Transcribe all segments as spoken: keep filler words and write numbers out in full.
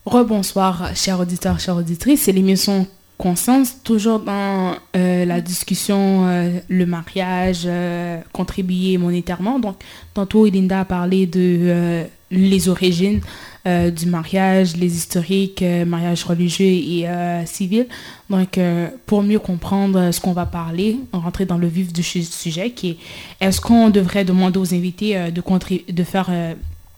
Rebonsoir, chers auditeurs, chères auditrices. C'est l'émission Conscience, toujours dans euh, la discussion, euh, le mariage, euh, contribuer monétairement. Donc, tantôt, Elinda a parlé de euh, les origines euh, du mariage, les historiques, euh, mariage religieux et euh, civil. Donc, euh, pour mieux comprendre ce qu'on va parler, on rentrer dans le vif du sujet, qui est est-ce qu'on devrait demander aux invités euh, de, contribu- de faire, euh,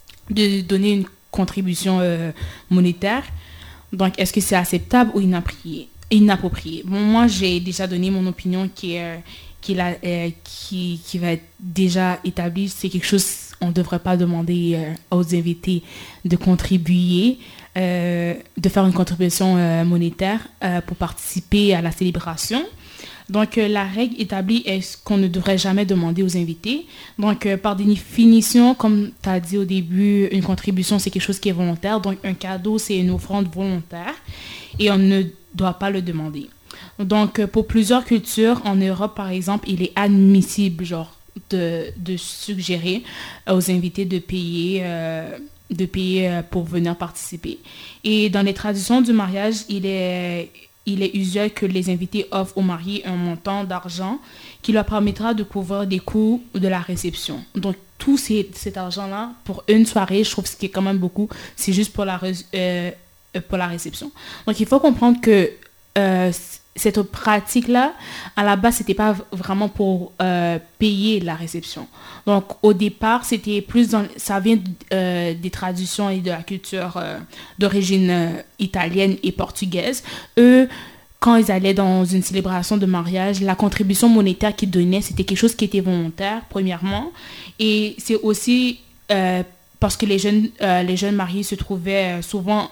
de donner une contribution euh, monétaire. Donc, est-ce que c'est acceptable ou inapproprié? inapproprié. Bon, moi, j'ai déjà donné mon opinion qui, est, euh, qui, est la, euh, qui, qui va être déjà établie. C'est quelque chose qu'on ne devrait pas demander euh, aux invités de contribuer, euh, de faire une contribution euh, monétaire euh, pour participer à la célébration. Donc, euh, la règle établie est qu'on ne devrait jamais demander aux invités. Donc, euh, par définition, comme tu as dit au début, une contribution, c'est quelque chose qui est volontaire. Donc, un cadeau, c'est une offrande volontaire et on ne doit pas le demander. Donc, euh, pour plusieurs cultures, en Europe, par exemple, il est admissible, genre, de, de suggérer aux invités de payer... Euh, de payer pour venir participer. Et dans les traditions du mariage, il est... il est usuel que les invités offrent au marié un montant d'argent qui leur permettra de couvrir des coûts de la réception. Donc, tout ces, cet argent-là, pour une soirée, je trouve ce qui est quand même beaucoup, c'est juste pour la, euh, pour la réception. Donc, il faut comprendre que euh, cette pratique-là, à la base, c'était pas vraiment pour euh, payer la réception. Donc, au départ, c'était plus dans... Ça vient euh, des traditions et de la culture euh, d'origine euh, italienne et portugaise. Eux, quand ils allaient dans une célébration de mariage, la contribution monétaire qu'ils donnaient, c'était quelque chose qui était volontaire, premièrement. Et c'est aussi euh, parce que les jeunes, euh, les jeunes mariés se trouvaient souvent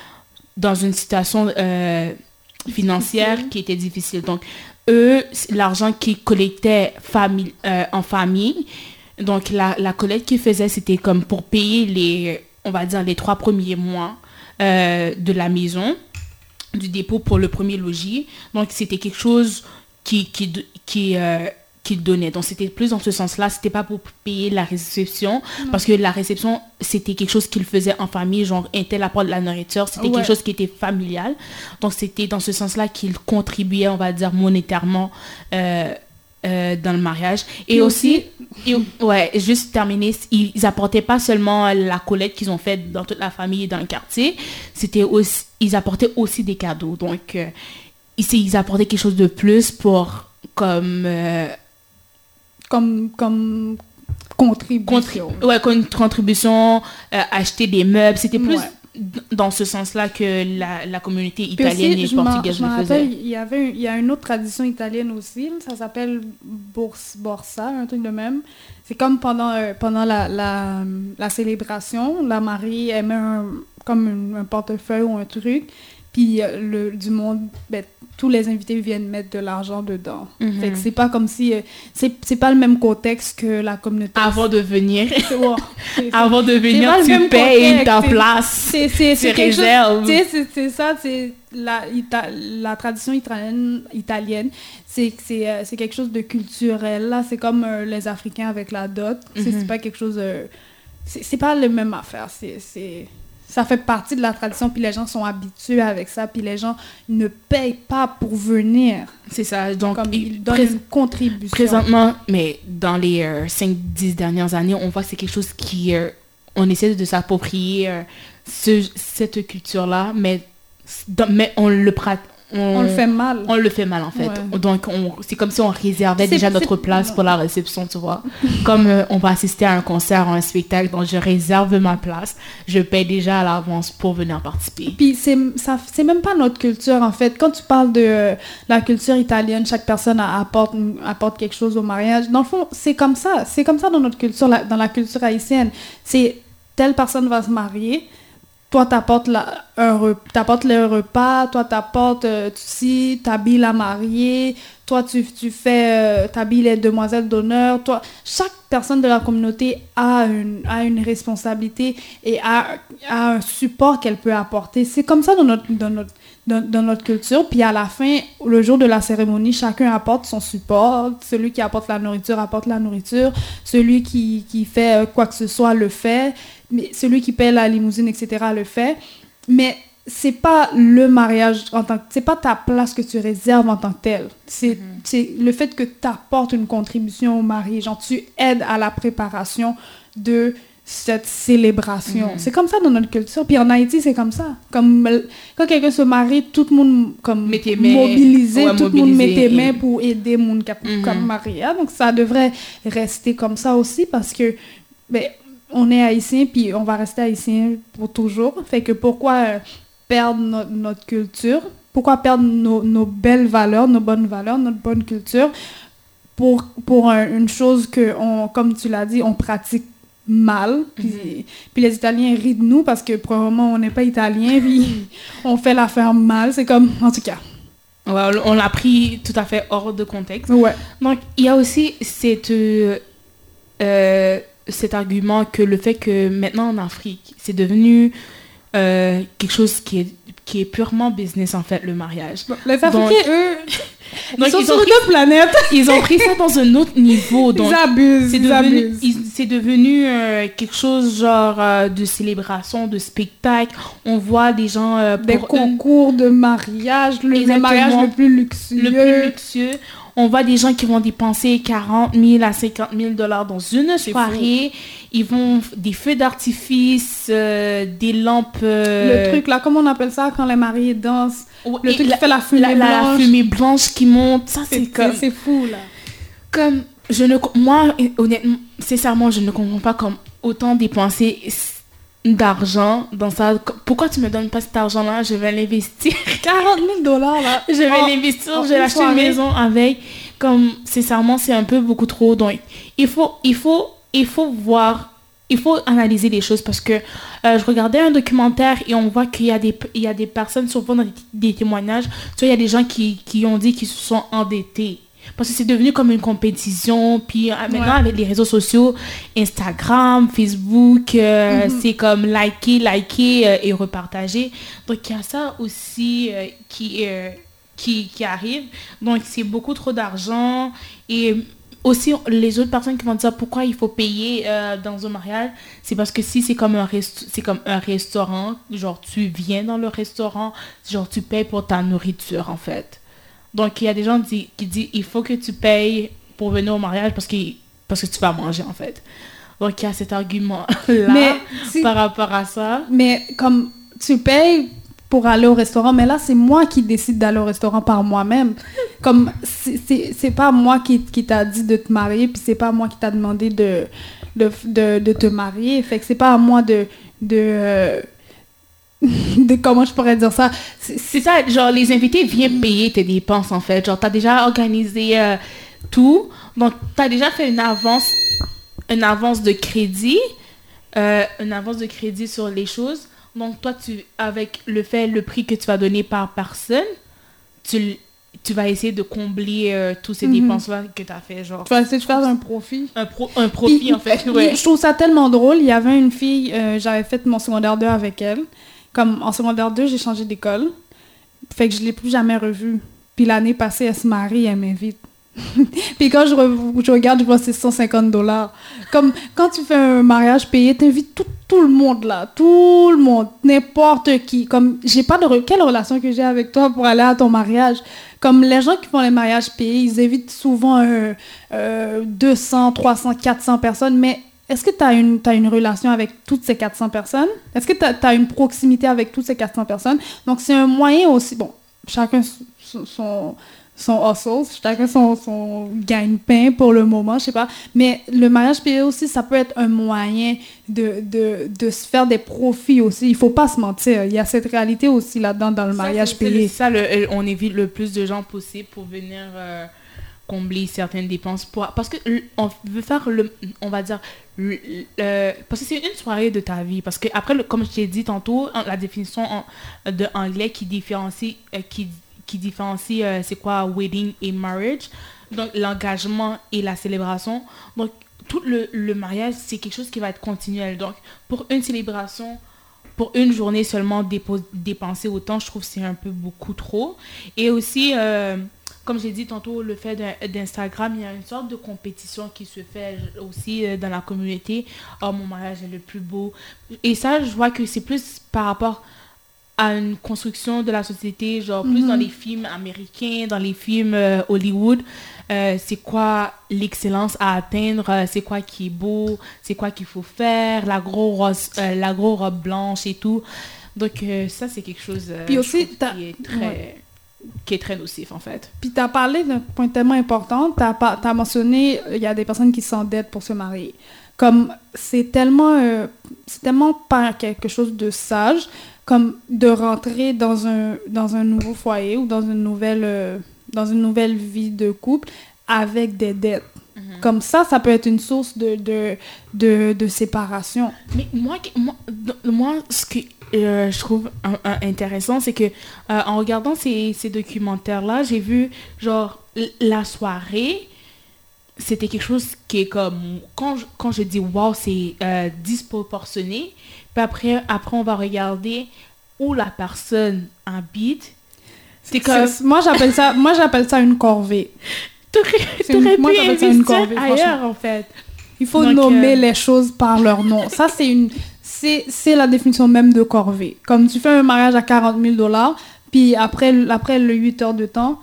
dans une situation... Euh, financière qui était difficile. Donc, eux, l'argent qu'ils collectaient famille, euh, en famille, donc la, la collecte qu'ils faisaient, c'était comme pour payer les, on va dire, les trois premiers mois euh, de la maison, du dépôt pour le premier logis. Donc, c'était quelque chose qui, qui, qui, euh, qu'il donnait. Donc, c'était plus dans ce sens-là. C'était pas pour payer la réception, mmh. parce que la réception, c'était quelque chose qu'il faisait en famille, genre, un tel apporte de la nourriture. C'était ouais. quelque chose qui était familial. Donc, c'était dans ce sens-là qu'il contribuait, on va dire, monétairement euh, euh, dans le mariage. Et, et aussi, aussi et, ouais, juste terminer, ils, ils apportaient pas seulement la collecte qu'ils ont faite dans toute la famille et dans le quartier, c'était aussi, ils apportaient aussi des cadeaux. Donc, euh, ils, ils apportaient quelque chose de plus pour, comme... Euh, Comme, comme contribution. Contri- ouais, comme une contribution, euh, acheter des meubles. C'était plus ouais. d- dans ce sens-là que la, la communauté italienne aussi, et portugaise le faisait. Il y avait, il y a une autre tradition italienne aussi, ça s'appelle bourse, borsa, un truc de même. C'est comme pendant, euh, pendant la, la, la célébration, la mariée, elle met un, comme un, un portefeuille ou un truc, puis euh, le, du monde... Ben, tous les invités viennent mettre de l'argent dedans. Mm-hmm. Fait que c'est pas comme si... Euh, c'est, c'est pas le même contexte que la communauté... Avant de venir. C'est, ouais, c'est, Avant de venir, tu payes ta place. C'est, c'est, c'est, c'est réserve. Chose, c'est, c'est ça, c'est la, ita- la tradition italienne, italienne c'est, c'est, euh, c'est quelque chose de culturel. Là, c'est comme euh, les Africains avec la dot. Mm-hmm. C'est, c'est pas quelque chose... Euh, c'est, c'est pas la même affaire. C'est... c'est Ça fait partie de la tradition, puis les gens sont habitués avec ça, puis les gens ne payent pas pour venir. C'est ça, donc comme ils donnent prés- une contribution. Présentement, mais dans les euh, cinq dix dernières années, on voit que c'est quelque chose qui... Euh, on essaie de s'approprier euh, ce, cette culture-là, mais, dans, mais on le pratique. On, on le fait mal. On le fait mal, en fait. Ouais. Donc, on, c'est comme si on réservait c'est, déjà notre place pour la réception, tu vois. Comme euh, on va assister à un concert ou un spectacle, donc je réserve ma place. Je paie déjà à l'avance pour venir participer. Puis, c'est, ça, c'est même pas notre culture, en fait. Quand tu parles de euh, la culture italienne, chaque personne apporte, apporte quelque chose au mariage. Dans le fond, c'est comme ça. C'est comme ça dans notre culture, la, dans la culture haïtienne. C'est telle personne va se marier. Toi, t'apportes, la, un re, t'apportes le repas, toi, t'apportes, euh, tu t'habilles la mariée, toi, tu, tu fais, euh, t'habilles les demoiselles d'honneur. Toi, chaque personne de la communauté a une, a une responsabilité et a, a un support qu'elle peut apporter. C'est comme ça dans notre, dans notre, dans, dans notre culture. Puis à la fin, le jour de la cérémonie, chacun apporte son support. Celui qui apporte la nourriture apporte la nourriture. Celui qui, qui fait quoi que ce soit le fait. Mais celui qui paie la limousine, et cetera, le fait. Mais c'est pas le mariage en tant que... C'est pas ta place que tu réserves en tant que telle. C'est, mm-hmm. c'est le fait que tu apportes une contribution au mariage. Genre, tu aides à la préparation de cette célébration. Mm-hmm. C'est comme ça dans notre culture. Puis en Haïti, c'est comme ça. Comme quand quelqu'un se marie, tout le monde comme mobilisé, ouais, tout le monde met tes mains pour aider le monde qui a marié. Donc ça devrait rester comme ça aussi parce que ben, on est haïtien puis on va rester haïtien pour toujours. Fait que pourquoi euh, perdre no- notre culture? Pourquoi perdre nos, nos belles valeurs, nos bonnes valeurs, notre bonne culture pour, pour un, une chose que, on, comme tu l'as dit, on pratique mal. Puis, mm-hmm. puis les Italiens rient de nous parce que probablement on n'est pas italien puis on fait l'affaire mal. C'est comme, en tout cas. Ouais, on l'a pris tout à fait hors de contexte. Ouais. Donc, il y a aussi cette, euh, euh, cet argument que le fait que maintenant en Afrique, c'est devenu euh, quelque chose qui est, qui est purement business, en fait, le mariage. Les Africains, donc, eux... Donc, ils sont ils sur une autre planète. Ils ont pris ça dans un autre niveau. Donc, ils abusent, c'est ils devenu, abusent. Ils, c'est devenu euh, quelque chose genre euh, de célébration, de spectacle. On voit des gens... Euh, des pour concours une... de mariage, le, le mariage le plus luxueux. Le plus luxueux. On voit des gens qui vont dépenser quarante mille à cinquante mille dollars dans une soirée. Ils vont des feux d'artifice, euh, des lampes... Euh... Le truc là, comment on appelle ça quand les mariés dansent? Le Et truc la, qui fait la fumée la, blanche. La, la fumée blanche qui monte. Ça, c'est, c'est comme... C'est fou, là. Comme... Je ne... Moi, honnêtement, sincèrement, je ne comprends pas comme autant dépenser d'argent dans ça. Pourquoi tu me donnes pas cet argent-là? Je vais l'investir. quarante mille dollars, là. Je vais oh, l'investir. Oh, je vais acheter une maison avec. Comme, sincèrement, c'est un peu beaucoup trop. Donc, il faut, il faut, il faut voir... Il faut analyser les choses parce que euh, je regardais un documentaire et on voit qu'il y a des, il y a des personnes, souvent dans des, des témoignages, tu vois, il y a des gens qui, qui ont dit qu'ils se sont endettés. Parce que c'est devenu comme une compétition. Puis euh, maintenant, ouais. avec les réseaux sociaux, Instagram, Facebook, euh, mm-hmm. c'est comme liker, liker euh, et repartager. Donc, il y a ça aussi euh, qui, euh, qui, qui arrive. Donc, c'est beaucoup trop d'argent et... Aussi, les autres personnes qui vont dire pourquoi il faut payer euh, dans un mariage, c'est parce que si c'est comme, un rest- c'est comme un restaurant, genre tu viens dans le restaurant, genre tu payes pour ta nourriture en fait. Donc il y a des gens qui, qui disent il faut que tu payes pour venir au mariage parce que, parce que tu vas manger en fait. Donc il y a cet argument-là mais, si, par rapport à ça. Mais comme tu payes pour aller au restaurant, mais là, c'est moi qui décide d'aller au restaurant par moi-même. Comme, c'est, c'est, c'est pas moi qui, qui t'a dit de te marier, puis c'est pas moi qui t'a demandé de, de, de, de te marier. Fait que c'est pas à moi de... de euh, de comment je pourrais dire ça. C'est, c'est ça, genre, les invités viennent payer tes dépenses, en fait. Genre, t'as déjà organisé euh, tout. Donc, t'as déjà fait une avance, une avance de crédit, euh, une avance de crédit sur les choses. Donc, toi, tu, avec le fait, le prix que tu vas donner par personne, tu, tu vas essayer de combler euh, tous ces mm-hmm. dépenses-là que tu as fait. Genre, tu vas essayer de faire un profit. Un, pro, un profit, puis, en fait. Ouais. Je trouve ça tellement drôle. Il y avait une fille, euh, j'avais fait mon secondaire deux avec elle. Comme en secondaire deux, j'ai changé d'école. Fait que je ne l'ai plus jamais revue. Puis l'année passée, elle se marie, elle m'invite. Puis quand je, re- je regarde, je vois c'est cent cinquante dollars. Comme quand tu fais un mariage payé, t'invites tout, tout le monde là, tout le monde, n'importe qui. Comme j'ai pas de re- quelle relation que j'ai avec toi pour aller à ton mariage. Comme les gens qui font les mariages payés, ils invitent souvent euh, euh, deux cents, trois cents, quatre cents personnes. Mais est-ce que t'as une t'as une relation avec toutes ces quatre cents personnes? Est-ce que t'as t'as une proximité avec toutes ces quatre cents personnes? Donc c'est un moyen aussi. Bon, chacun son, son son hustle, chacun son, son gagne-pain pour le moment, je sais pas. Mais le mariage payé aussi, ça peut être un moyen de, de, de se faire des profits aussi. Il faut pas se mentir. Il y a cette réalité aussi là-dedans dans le ça, mariage c'est, payé. C'est ça, le, on évite le plus de gens possible pour venir euh, combler certaines dépenses. Pour, parce qu'on veut faire, le, on va dire, le, le, parce que c'est une soirée de ta vie. Parce que après, le, comme je t'ai dit tantôt, la définition en, de anglais qui différencie, euh, qui qui différencie euh, c'est quoi wedding et marriage, donc l'engagement et la célébration. Donc tout le, le mariage, c'est quelque chose qui va être continuel. Donc pour une célébration, pour une journée seulement dépo- dépenser autant, je trouve que c'est un peu beaucoup trop. Et aussi euh, comme j'ai dit tantôt, le fait d'Instagram, il y a une sorte de compétition qui se fait aussi euh, dans la communauté. Oh, mon mariage est le plus beau. Et ça, je vois que c'est plus par rapport à une construction de la société, genre plus Mhm. dans les films américains, dans les films euh, Hollywood. Euh, c'est quoi l'excellence à atteindre, euh, c'est quoi qui est beau, c'est quoi qu'il faut faire, la grosse rose- euh, la grosse robe blanche et tout. Donc euh, ça, c'est quelque chose euh, Puis je aussi, trouve, t'as- qui est très ouais. qui est très nocif en fait. Puis tu as parlé d'un point tellement important, tu as mentionné il y a des personnes qui s'endettent pour se marier. Comme c'est tellement euh, c'est tellement pas quelque chose de sage comme de rentrer dans un dans un nouveau foyer ou dans une nouvelle euh, dans une nouvelle vie de couple avec des dettes. Mm-hmm. Comme ça, ça peut être une source de de de, de séparation. Mais moi, moi, moi ce que euh, je trouve un, un, intéressant, c'est que euh, en regardant ces, ces documentaires-là, j'ai vu, genre, la soirée, c'était quelque chose qui est comme... Quand je, quand je dis « wow », c'est euh, disproportionné. Puis après, après, on va regarder où la personne habite. C'est comme... Moi, j'appelle ça, moi, j'appelle ça une corvée. T'aurais moi, pu j'appelle ça une investir corvée, ailleurs, franchement. en fait. Il faut Donc, nommer euh, les choses par leur nom. Ça, c'est une, c'est, c'est la définition même de corvée. Comme tu fais un mariage à quarante mille dollars, puis après, après le huit heures de temps,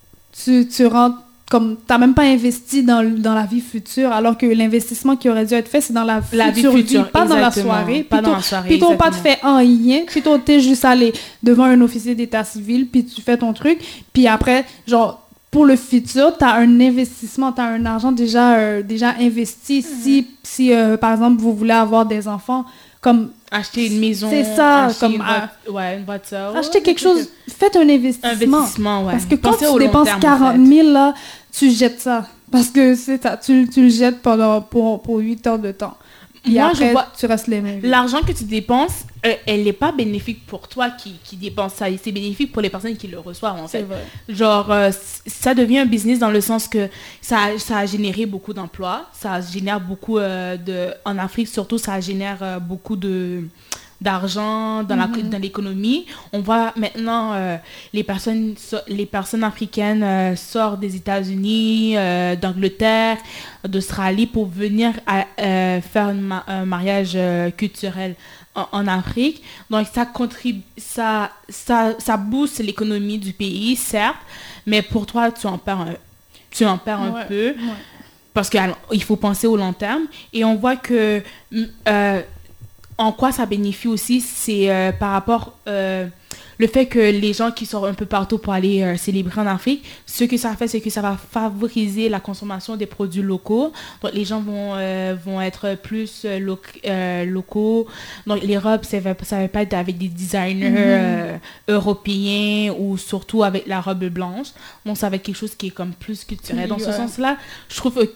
tu, tu rentres comme, t'as même pas investi dans, dans la vie future, alors que l'investissement qui aurait dû être fait, c'est dans la, La vie future vie, future, pas dans la exactement. soirée. Pas Plutôt, dans la soirée, plutôt pas te exactement. fait en rien, plutôt t'es juste allé devant un officier d'état civil, puis tu fais ton truc, puis après, genre, pour le futur, tu as un investissement, tu as un argent déjà, euh, déjà investi. Mm-hmm. Si, si euh, par exemple, vous voulez avoir des enfants, comme... Acheter une maison, c'est ça, acheter comme... une, Euh, vo- ouais, une voiture. acheter Ouais, quelque chose, faites un investissement. Investissement, ouais. Parce que quand Pensez au tu long dépenses terme, en quarante fait. mille, là, tu jettes ça. Parce que c'est ça, tu, tu le jettes pendant, pour, pour huit heures de temps. Et Moi, après, je vois... tu restes les mêmes. L'argent que tu dépenses, euh, elle n'est pas bénéfique pour toi qui, qui dépense ça. C'est bénéfique pour les personnes qui le reçoivent, en fait. C'est vrai. Genre, euh, ça devient un business dans le sens que ça, ça a généré beaucoup d'emplois. Ça génère beaucoup euh, de... En Afrique, surtout, ça génère euh, beaucoup de... d'argent dans, mm-hmm. la, dans l'économie. On voit maintenant euh, les, personnes, les personnes africaines euh, sortent des États-Unis, euh, d'Angleterre, d'Australie pour venir à, euh, faire un, ma- un mariage euh, culturel en, en Afrique. Donc ça contribue, ça, ça, ça booste l'économie du pays, certes, mais pour toi, tu en perds un, tu en perds un Ouais, peu ouais. parce qu'il faut penser au long terme. Et on voit que... Euh, en quoi ça bénéficie aussi, c'est euh, par rapport euh, le fait que les gens qui sortent un peu partout pour aller euh, célébrer en Afrique, ce que ça fait, c'est que ça va favoriser la consommation des produits locaux. Donc, les gens vont, euh, vont être plus euh, lo- euh, locaux. Donc, les robes, ça ne va, ça va pas être avec des designers mm-hmm. euh, européens ou surtout avec la robe blanche. Donc, ça va être quelque chose qui est comme plus culturel. Dans ouais. ce sens-là, je trouve que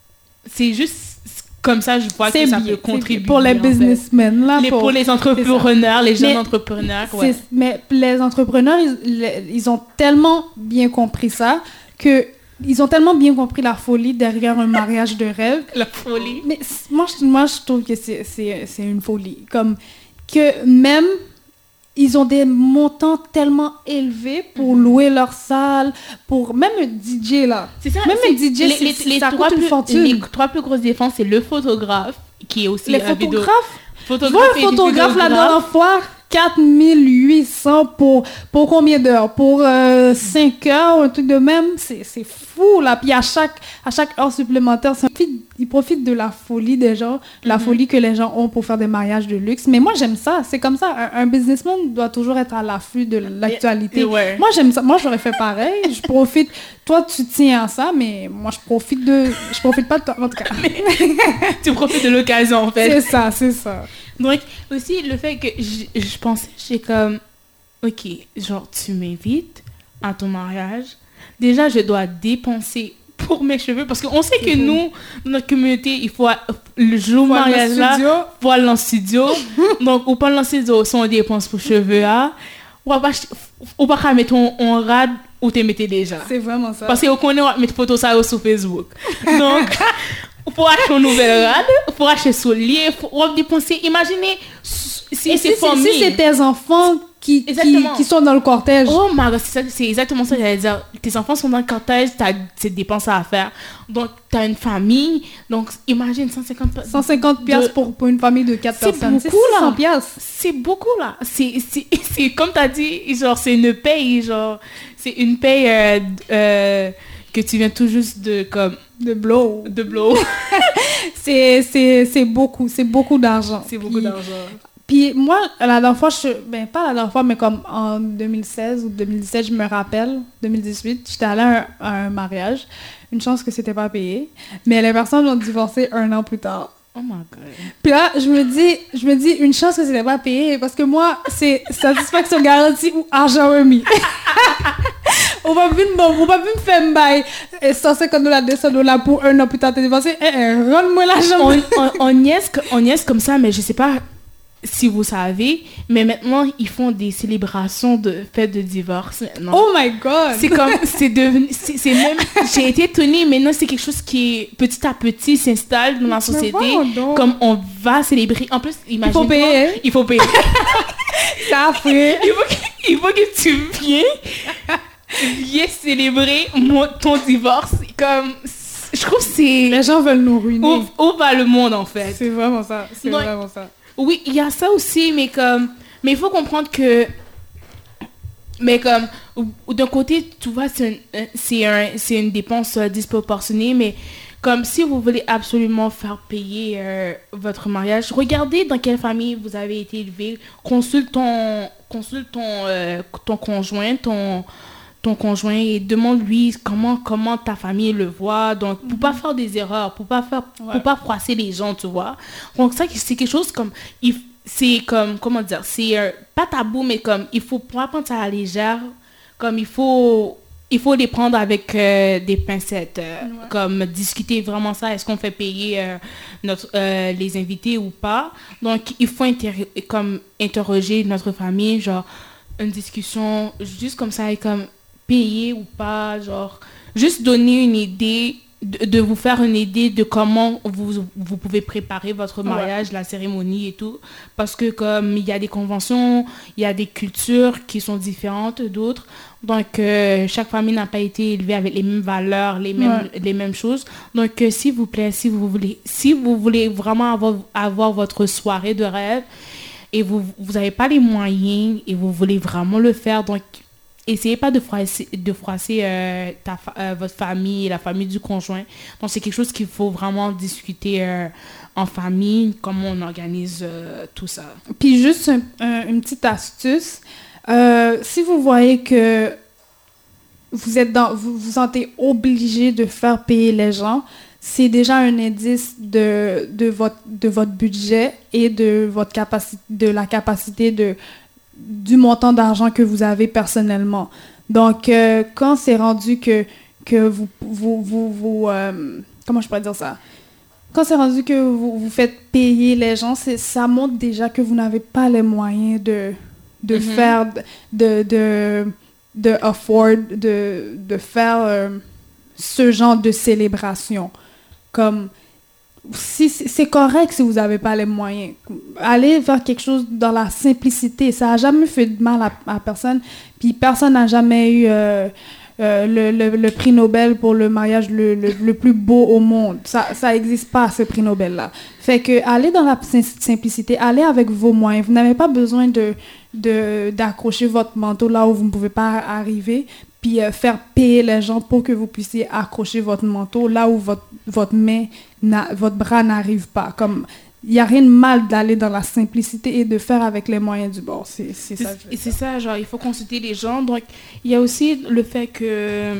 c'est juste... Comme ça, je vois c'est que ça bien, peut contribuer. Pour les businessmen, là. Les, pour, pour les entrepreneurs, les jeunes mais entrepreneurs. Ouais. Mais les entrepreneurs, ils, ils ont tellement bien compris ça que ils ont tellement bien compris la folie derrière un mariage de rêve. La folie. Mais moi, je, moi, je trouve que c'est, c'est, c'est une folie. Comme que même... Ils ont des montants tellement élevés pour mm-hmm. louer leur salle, pour même un D J là. C'est ça. Même c'est, un D J, les, c'est, les, c'est, les ça trois coûte plus, une fortune. Les trois plus grosses dépenses, c'est le photographe, qui est aussi les un vidéo. photographes. Photographe je vois un photographe la dernière fois, quatre mille huit cents pour, pour combien d'heures? Pour euh, cinq heures, un truc de même. C'est, c'est fou, là. Puis à chaque, à chaque heure supplémentaire, ça, ils profitent de la folie des gens, de la mm-hmm. folie que les gens ont pour faire des mariages de luxe. Mais moi, j'aime ça. C'est comme ça. Un, un businessman doit toujours être à l'affût de l'actualité. Ouais. Moi, j'aime ça. Moi, j'aurais fait pareil. Je profite. Toi, tu tiens à ça, mais moi, je profite de... Je profite pas de toi, en tout cas. Tu profites de l'occasion, en fait. C'est ça, c'est ça. Donc, aussi, le fait que je, je pensais, j'ai comme, ok, genre, tu m'invites à ton mariage. Déjà, je dois dépenser pour mes cheveux, parce qu'on sait que nous, dans notre communauté, il faut, le jour du mariage là, il faut aller en studio. Donc, ou pas en studio, si on dépense pour cheveux là, ou pas, ou pas mettre on, on rad ou te mettez déjà. C'est vraiment ça. Parce qu'on connaît, on va mettre photos ça sur Facebook. Donc, pour acheter une nouvelle rad, pour acheter souliers, pour dépenser. Imaginez si Et c'est si, famille. si c'est tes enfants qui, qui, qui sont dans le cortège. Oh my god, c'est, ça, c'est exactement ça que j'allais dire. Tes enfants sont dans le cortège, t'as des dépenses à faire. Donc, t'as une famille. Donc, imagine cent cinquante cent cinquante piastres de... pour, pour une famille de quatre c'est personnes. Beaucoup, c'est là. cent piastres. C'est beaucoup, là. C'est, c'est, c'est comme t'as dit, genre, c'est une paye, genre, c'est une paye euh, euh, que tu viens tout juste de, comme... De blow. De blow. c'est, c'est, c'est beaucoup, c'est beaucoup d'argent. C'est beaucoup Puis, d'argent. Puis moi, la dernière fois, je, ben pas la dernière fois, mais comme en deux mille seize ou deux mille dix-sept, je me rappelle, deux mille dix-huit, j'étais allée à un, à un mariage. Une chance que c'était pas payé. Mais les personnes ont divorcé un an plus tard. Oh my God. Puis là, je me dis, je me dis, une chance que c'était pas payé, parce que moi, c'est satisfaction garantie ou argent remis. On va venir on va venir faire un bail cent cinquante dollars, deux cents dollars pour un an plus tard, t'es divorcé. Eh, eh, rends-moi l'argent. On, on, on, niaise, on niaise comme ça, mais je sais pas si vous savez, mais maintenant, ils font des célébrations de fêtes de divorce maintenant. Oh my God! C'est comme, c'est devenu, c'est, c'est même, j'ai été étonnée, maintenant, c'est quelque chose qui, petit à petit, s'installe dans la société. Comme on va célébrer. En plus, imagine. Il faut payer. Il faut payer. Ça fait. Il faut que, il faut que tu viennes, viennes célébrer mon, ton divorce. Comme, je trouve que c'est... Les gens veulent nous ruiner. Où, où va le monde, en fait? C'est vraiment ça. C'est Donc, vraiment ça. Oui, il y a ça aussi, mais comme... Mais il faut comprendre que... Mais comme... D'un côté, tu vois, c'est, un, c'est, un, c'est une dépense disproportionnée, mais comme si vous voulez absolument faire payer euh, votre mariage, regardez dans quelle famille vous avez été élevé, consulte ton, consulte ton, euh, ton conjoint, ton... ton conjoint et demande-lui comment, comment ta famille le voit. Donc, pour mm-hmm. pas faire des erreurs, pour pas faire, ouais. pour pas froisser les gens, tu vois. Donc, ça, c'est quelque chose comme, il, c'est comme, comment dire, c'est euh, pas tabou, mais comme, il faut pas prendre ça à la légère. Comme, il faut, il faut les prendre avec euh, des pincettes. Euh, ouais. Comme, discuter vraiment ça. Est-ce qu'on fait payer euh, notre, euh, les invités ou pas? Donc, il faut inter- comme, interroger notre famille, genre, une discussion juste comme ça et comme, payer ou pas, genre, juste donner une idée, de, de vous faire une idée de comment vous, vous pouvez préparer votre mariage, ouais. la cérémonie et tout, parce que comme il y a des conventions, il y a des cultures qui sont différentes d'autres, donc euh, chaque famille n'a pas été élevée avec les mêmes valeurs, les mêmes, ouais. les mêmes choses, donc euh, s'il vous plaît, si vous voulez, si vous voulez vraiment avoir, avoir votre soirée de rêve, et vous vous n'avez pas les moyens, et vous voulez vraiment le faire, donc essayez pas de froisser, de froisser euh, ta, euh, votre famille, la famille du conjoint. Donc, c'est quelque chose qu'il faut vraiment discuter euh, en famille, comment on organise euh, tout ça. Puis, juste un, un, une petite astuce. Euh, si vous voyez que vous êtes dans, vous vous sentez obligé de faire payer les gens, c'est déjà un indice de, de, votre, de votre budget et de, votre capacité, de la capacité de... du montant d'argent que vous avez personnellement. Donc, euh, quand c'est rendu que, que vous... vous, vous, vous euh, comment je pourrais dire ça? Quand c'est rendu que vous, vous faites payer les gens, c'est, ça montre déjà que vous n'avez pas les moyens de, de mm-hmm. faire... de, de, de afford, de, de faire euh, ce genre de célébration. Comme... Si, c'est correct si vous n'avez pas les moyens. Allez faire quelque chose dans la simplicité. Ça n'a jamais fait de mal à, à personne. Puis personne n'a jamais eu euh, euh, le, le, le prix Nobel pour le mariage le, le, le plus beau au monde. Ça n'existe pas, ce prix Nobel-là. Fait que allez dans la simplicité. Allez avec vos moyens. Vous n'avez pas besoin de, de, d'accrocher votre manteau là où vous ne pouvez pas arriver. Puis euh, faire payer les gens pour que vous puissiez accrocher votre manteau là où votre, votre main, na, votre bras n'arrive pas. Comme, il n'y a rien de mal d'aller dans la simplicité et de faire avec les moyens du bord. C'est, c'est, c'est ça. Et c'est ça, genre, il faut consulter les gens. Donc, il y a aussi le fait que,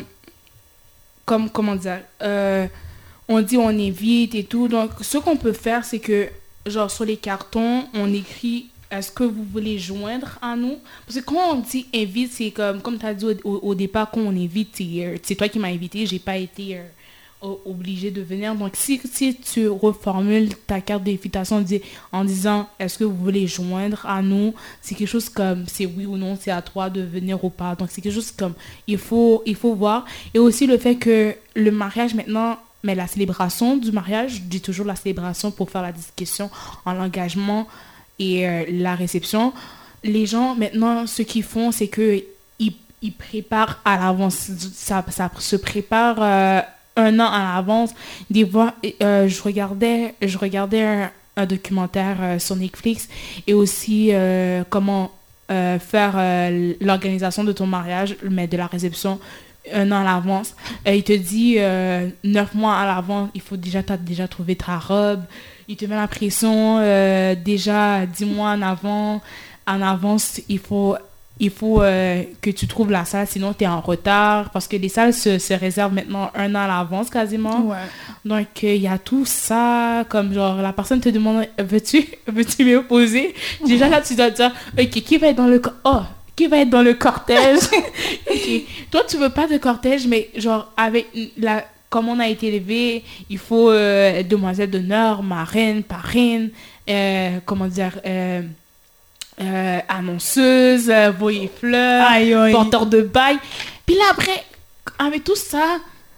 comme, comment dire, euh, on dit on évite et tout. Donc, ce qu'on peut faire, c'est que, genre, sur les cartons, on écrit... Est-ce que vous voulez joindre à nous? Parce que quand on dit invite, c'est comme, comme tu as dit au, au, au départ, quand on invite, c'est, euh, c'est toi qui m'as invité, j'ai pas été euh, obligée de venir. Donc, si, si tu reformules ta carte d'invitation dis, en disant, est-ce que vous voulez joindre à nous? C'est quelque chose comme, c'est oui ou non, c'est à toi de venir ou pas. Donc, c'est quelque chose comme, il faut, il faut voir. Et aussi le fait que le mariage maintenant, mais la célébration du mariage, je dis toujours la célébration pour faire la discussion en l'engagement, et euh, la réception, les gens, maintenant, ce qu'ils font, c'est que ils, ils préparent à l'avance. Ça, ça se prépare euh, un an à l'avance. Des fois, euh, je regardais, je regardais un, un documentaire euh, sur Netflix et aussi euh, comment euh, faire euh, l'organisation de ton mariage, mais de la réception un an à l'avance. Euh, il te dit euh, neuf mois à l'avance, il faut déjà, t'as déjà trouvé ta robe. Il te met la pression euh, déjà dix mois en avant. En avance, il faut, il faut euh, que tu trouves la salle, sinon tu es en retard. Parce que les salles se, se réservent maintenant un an à l'avance quasiment. Ouais. Donc, il euh, y a tout ça. Comme genre, la personne te demande, veux-tu, veux-tu me poser? Déjà là, tu dois dire, ok, qui va être dans le... Co- oh, qui va être dans le cortège? Okay. Toi, tu veux pas de cortège, mais genre, avec la... Comme on a été élevé, il faut euh, demoiselle d'honneur, marraine, parraine, euh, comment dire, euh, euh, annonceuse, euh, voyer fleurs, Aïe, aïe. porteur de bail. Puis là, après, avec tout ça,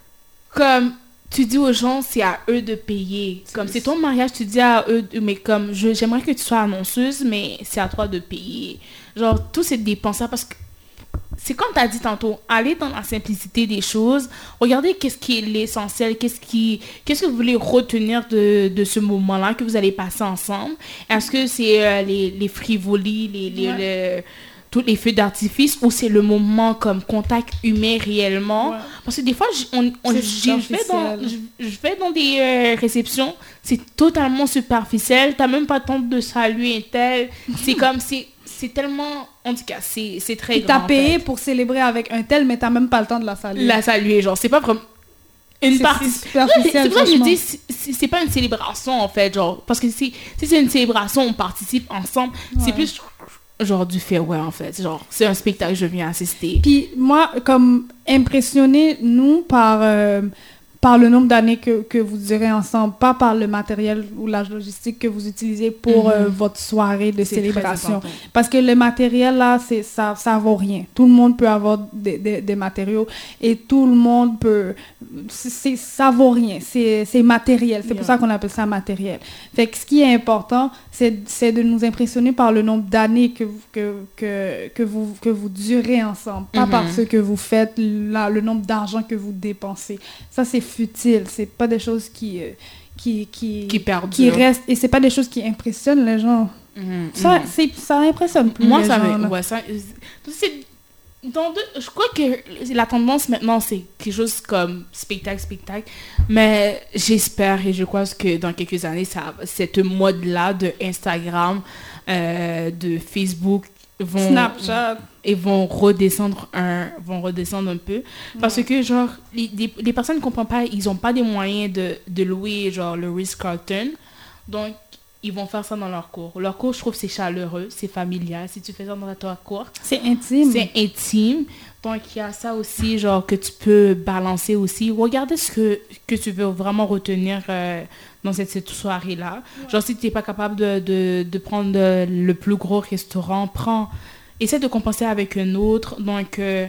comme tu dis aux gens, c'est à eux de payer. Comme c'est ton mariage, tu dis à eux, de- mais comme je, j'aimerais que tu sois annonceuse, mais c'est à toi de payer. Genre, tout c'est dépenses parce que c'est comme tu as dit tantôt, aller dans la simplicité des choses, regardez qu'est-ce qui est l'essentiel, qu'est-ce qui, qu'est-ce que vous voulez retenir de, de ce moment-là que vous allez passer ensemble. Est-ce que c'est euh, les, les frivolies, les, les, Ouais. les- tous les feux d'artifice ou c'est le moment comme contact humain réellement? Ouais. Parce que des fois, j- on, on, C'est j'y vais dans, superficiel. je, je vais dans des euh, réceptions, c'est totalement superficiel, t'as même pas le temps de saluer un tel, c'est comme, c'est, c'est tellement, en tout cas, c'est, c'est très Puis grand. t'as en payé fait. pour célébrer avec un tel, mais t'as même pas le temps de la saluer. La saluer, genre, c'est pas vraiment une C'est- partie. c'est superficiel, C'est pour ça que je franchement. dis, c'est, c'est c'est pas une célébration, en fait, genre, parce que si, si c'est une célébration, on participe ensemble, c'est Ouais. plus, genre, du farewell, en fait, genre, c'est un spectacle, je viens assister. Puis moi, comme impressionné, nous, par, euh, par le nombre d'années que, que vous durez ensemble, pas par le matériel ou la logistique que vous utilisez pour Mhm. euh, votre soirée de C'est très célébration. important. Parce que le matériel, là, c'est, ça, ça vaut rien. Tout le monde peut avoir des, des, des matériaux et tout le monde peut... C'est, c'est- ça vaut rien. C'est, c'est matériel. C'est pour Yeah. ça qu'on appelle ça matériel. Fait que ce qui est important, c'est, c'est de nous impressionner par le nombre d'années que, vous- que, que, que, vous, que vous durez ensemble. Pas Mhm. par ce que vous faites, la- le nombre d'argent que vous dépensez. Ça, c'est futile. C'est pas des choses qui... euh, qui, qui, Qui perdurent. qui restent. Et c'est pas des choses qui impressionnent les gens. Mhm, Ça, mhm. c'est, ça impressionne plus Moi, les ça gens, me... là. Ouais, ça... C'est... Dans deux... Je crois que la tendance maintenant, c'est quelque chose comme spectacle, spectacle. Mais j'espère et je crois que dans quelques années, ça, cette mode-là de Instagram, euh, de Facebook, vont... Snapchat. Et vont redescendre un, vont redescendre un peu. Parce que, genre, les, les, les personnes ne comprennent pas, ils n'ont pas des moyens de, de louer, genre, le Ritz-Carlton. Donc, ils vont faire ça dans leur cours. Leur cours, je trouve, c'est chaleureux, c'est familial. Si tu fais ça dans ta cour, C'est intime. c'est intime. Donc, il y a ça aussi, genre, que tu peux balancer aussi. Regardez ce que, que tu veux vraiment retenir euh, dans cette, cette soirée-là. Genre, si tu n'es pas capable de, de, de prendre euh, le plus gros restaurant, prends... Essaie de compenser avec un autre. Donc, euh,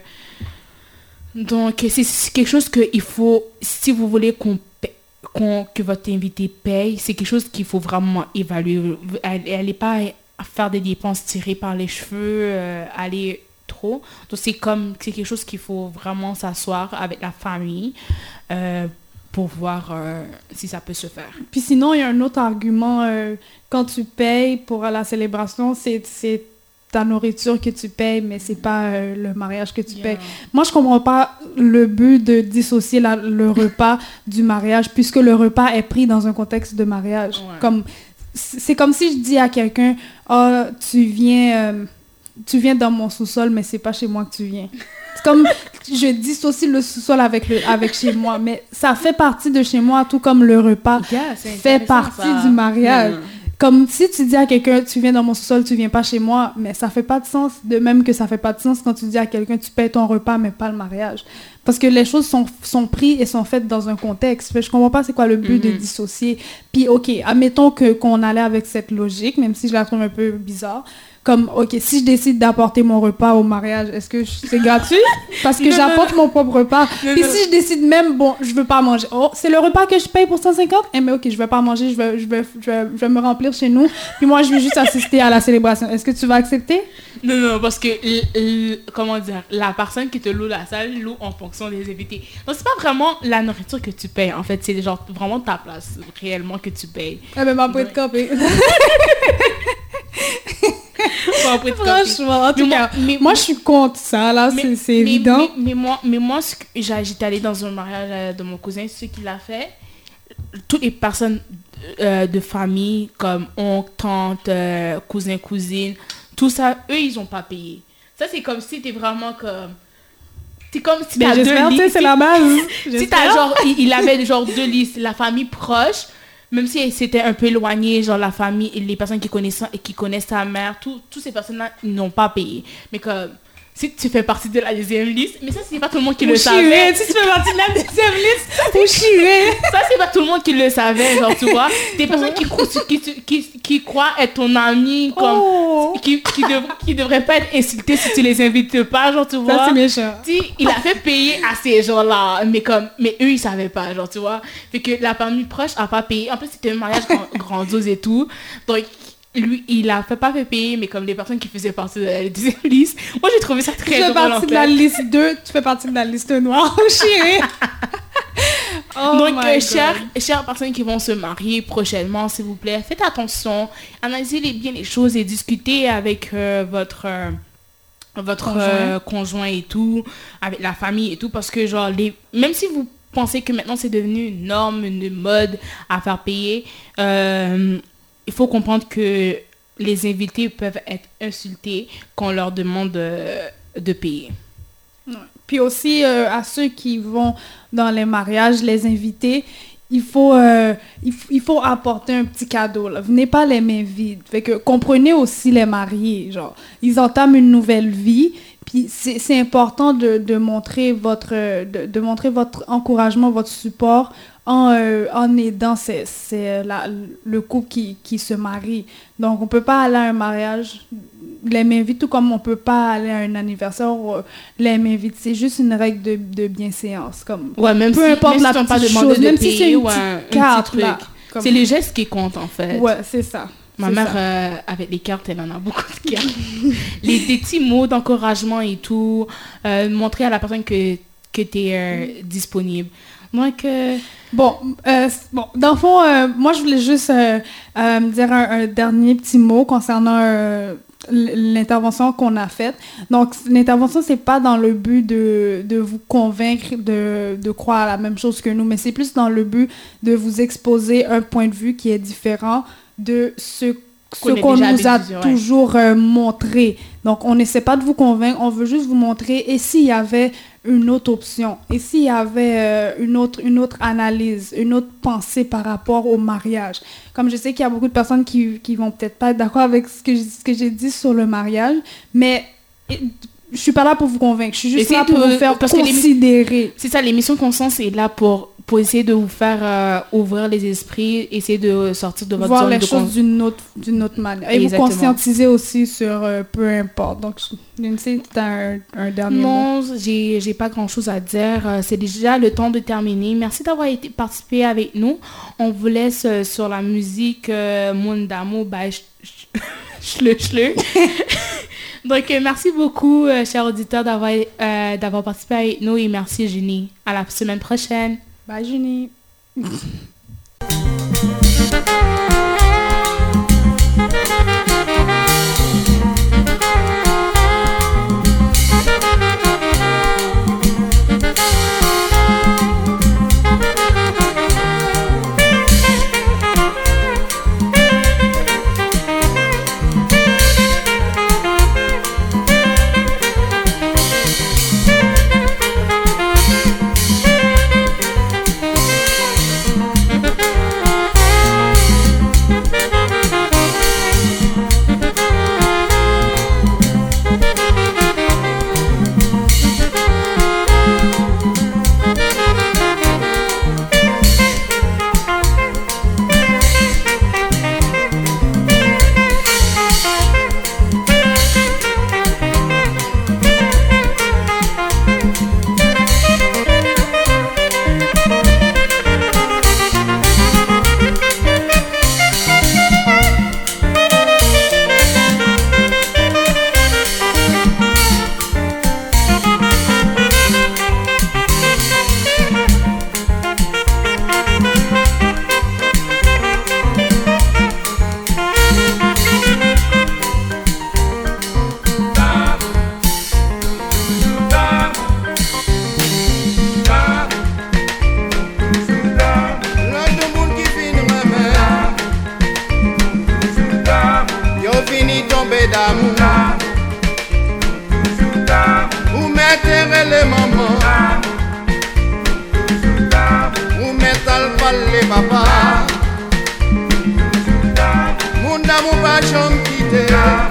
donc c'est, c'est quelque chose qu'il faut... Si vous voulez qu'on paie- qu'on, que votre invité paye, c'est quelque chose qu'il faut vraiment évaluer. Elle n'est pas à faire des dépenses tirées par les cheveux, euh, aller trop. Donc, c'est comme... C'est quelque chose qu'il faut vraiment s'asseoir avec la famille euh, pour voir euh, si ça peut se faire. Puis sinon, il y a un autre argument. euh, quand tu payes pour la célébration, c'est, c'est ta nourriture que tu payes, mais c'est pas euh, le mariage que tu Yeah. payes. Moi, je comprends pas le but de dissocier la- le repas du mariage, puisque le repas est pris dans un contexte de mariage. Ouais. Comme, c'est comme si je dis à quelqu'un, « Oh, tu viens, euh, tu viens dans mon sous-sol, mais c'est pas chez moi que tu viens. » C'est comme, je dissocie le sous-sol avec, le, avec chez moi, mais ça fait partie de chez moi, tout comme le repas Yeah, c'est fait intéressant, partie ça. du mariage. Mm. Comme si tu dis à quelqu'un, tu viens dans mon sous-sol, tu viens pas chez moi, mais ça fait pas de sens. De même que ça fait pas de sens quand tu dis à quelqu'un, tu payes ton repas, mais pas le mariage. Parce que les choses sont, sont prises et sont faites dans un contexte. Fait, je comprends pas c'est quoi le but mm-hmm. de dissocier. Puis, OK, admettons que, qu'on allait avec cette logique, même si je la trouve un peu bizarre. Comme, OK, si je décide d'apporter mon repas au mariage, est-ce que je, c'est gratuit? Parce que non, j'apporte non, mon propre repas. Puis si je décide même, bon, je veux pas manger. Oh, c'est le repas que je paye pour cent cinquante? Eh mais OK, je vais pas manger, je vais, je vais, je vais, je vais me remplir chez nous. Puis moi, je vais juste assister à la célébration. Est-ce que tu vas accepter? Non, non, parce que, l- l- comment dire, la personne qui te loue la salle loue en fonction des invités. Donc, c'est pas vraiment la nourriture que tu payes, en fait. C'est genre vraiment ta place, réellement, que tu payes. Ah, mais ma pointe copée. Franchement, en tout cas, moi, mais, moi je suis contre ça, là, mais, c'est, c'est mais, évident. Mais, mais, mais moi, mais moi j'étais allée dans un mariage de mon cousin, ce qu'il a fait, toutes les personnes euh, de famille, comme oncle, tante, euh, cousin, cousine, tout ça, eux, ils ont pas payé. Ça, c'est comme si t'es vraiment comme... C'est comme si t'as deux listes. C'est la base. Si t'as genre... Il, il avait genre deux listes, la famille proche, même si c'était un peu éloigné, genre la famille, les personnes qui connaissent, qui connaissent ta mère, toutes ces personnes-là, ils n'ont pas payé. Mais comme, si tu fais partie de la deuxième liste, mais ça, c'est pas tout le monde qui le savait. Si tu fais partie de la deuxième liste, faut chier. Ça, c'est pas tout le monde qui le savait, genre, tu vois. Des personnes qui, qui, qui, qui, qui croient être ton ami, comme, oh. qui, qui, dev, qui devraient pas être insultés si tu les invites pas, genre, tu vois. Ça, c'est méchant. Si, il a fait payer à ces gens-là, mais comme, mais eux, ils savaient pas, genre, tu vois. Fait que la famille proche a pas payé. En plus, c'était un mariage grand, grandiose et tout. Donc, lui, il a fait, pas fait payer, mais comme les personnes qui faisaient partie de la deuxième liste. Moi, j'ai trouvé ça très drôle. Tu fais partie de la liste deux, tu fais partie de la liste noire. Chérie. Oh Donc, euh, chères, chères personnes qui vont se marier prochainement, s'il vous plaît, faites attention, analysez les, bien les choses et discutez avec euh, votre, euh, votre conjoint. Euh, conjoint et tout, avec la famille et tout, parce que genre, les, même si vous pensez que maintenant c'est devenu une norme, une mode à faire payer, euh, il faut comprendre que les invités peuvent être insultés quand on leur demande de, de payer. Ouais. Puis aussi, euh, à ceux qui vont dans les mariages, les invités, il faut, euh, il, f- il faut apporter un petit cadeau. Là. Venez pas les mains vides. Fait que comprenez aussi les mariés. Genre, ils entament une nouvelle vie. Puis c'est, c'est important de, de, montrer votre, de, de montrer votre encouragement, votre support en, euh, en aidant c'est, c'est la, le couple qui, qui se marie. Donc, on peut pas aller à un mariage les mains vides, tout comme on peut pas aller à un anniversaire les mains vides. C'est juste une règle de, de bienséance. Comme, ouais, même peu si, importe même la si petite pas chose, de même payer, si c'est une ouais, petite carte, un là. Comme... C'est les gestes qui comptent, en fait. Ouais, c'est ça. Ma c'est mère, euh, avec les cartes, elle en a beaucoup de cartes. les, des petits mots d'encouragement et tout. Euh, montrer à la personne que, que tu es euh, disponible. Donc... Euh... Bon, euh, bon, dans le fond, euh, moi, je voulais juste euh, euh, dire un, un dernier petit mot concernant euh, l'intervention qu'on a faite. Donc, l'intervention, c'est pas dans le but de, de vous convaincre de, de croire à la même chose que nous, mais c'est plus dans le but de vous exposer un point de vue qui est différent de ce, ce qu'on nous a toujours euh, montré. Donc, on n'essaie pas de vous convaincre, on veut juste vous montrer. Et s'il y avait une autre option, et s'il y avait euh, une, autre, une autre analyse, une autre pensée par rapport au mariage. Comme je sais qu'il y a beaucoup de personnes qui qui vont peut-être pas être d'accord avec ce que, ce que j'ai dit sur le mariage, mais et, je suis pas là pour vous convaincre, je suis juste là pour vous faire considérer. C'est ça, l'émission Conscience est là pour, pour essayer de vous faire euh, ouvrir les esprits, essayer de sortir de votre voir zone les de choses con... d'une autre, d'une autre manière. Et Exactement. vous conscientiser aussi sur euh, peu importe. Donc, Lindsay, tu as un, un dernier non, mot? Non, j'ai, j'ai pas grand-chose à dire. Euh, c'est déjà le temps de terminer. Merci d'avoir été participé avec nous. On vous laisse euh, sur la musique euh, Monde d'amour by Schle Schle. Donc, euh, merci beaucoup, euh, chers auditeurs, d'avoir, euh, d'avoir participé avec nous et merci, Junie. À la semaine prochaine. Bye, Junie. papa. Mon amour pas jamais quitté.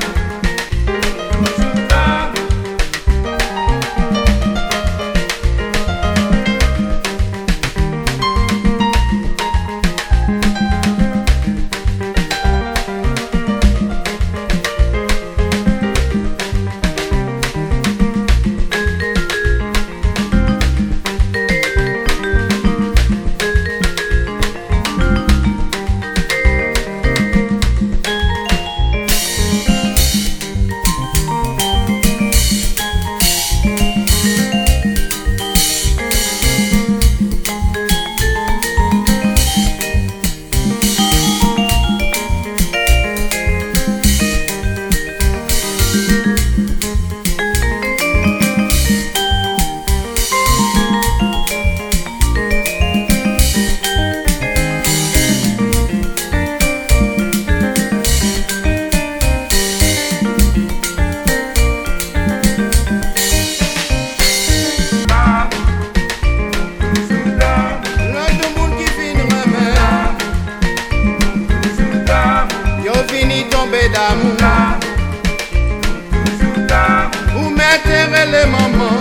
Vous mettez les mamans,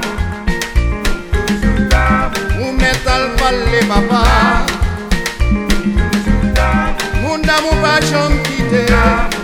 vous mettez les papas, mon amour pas jamais quitté.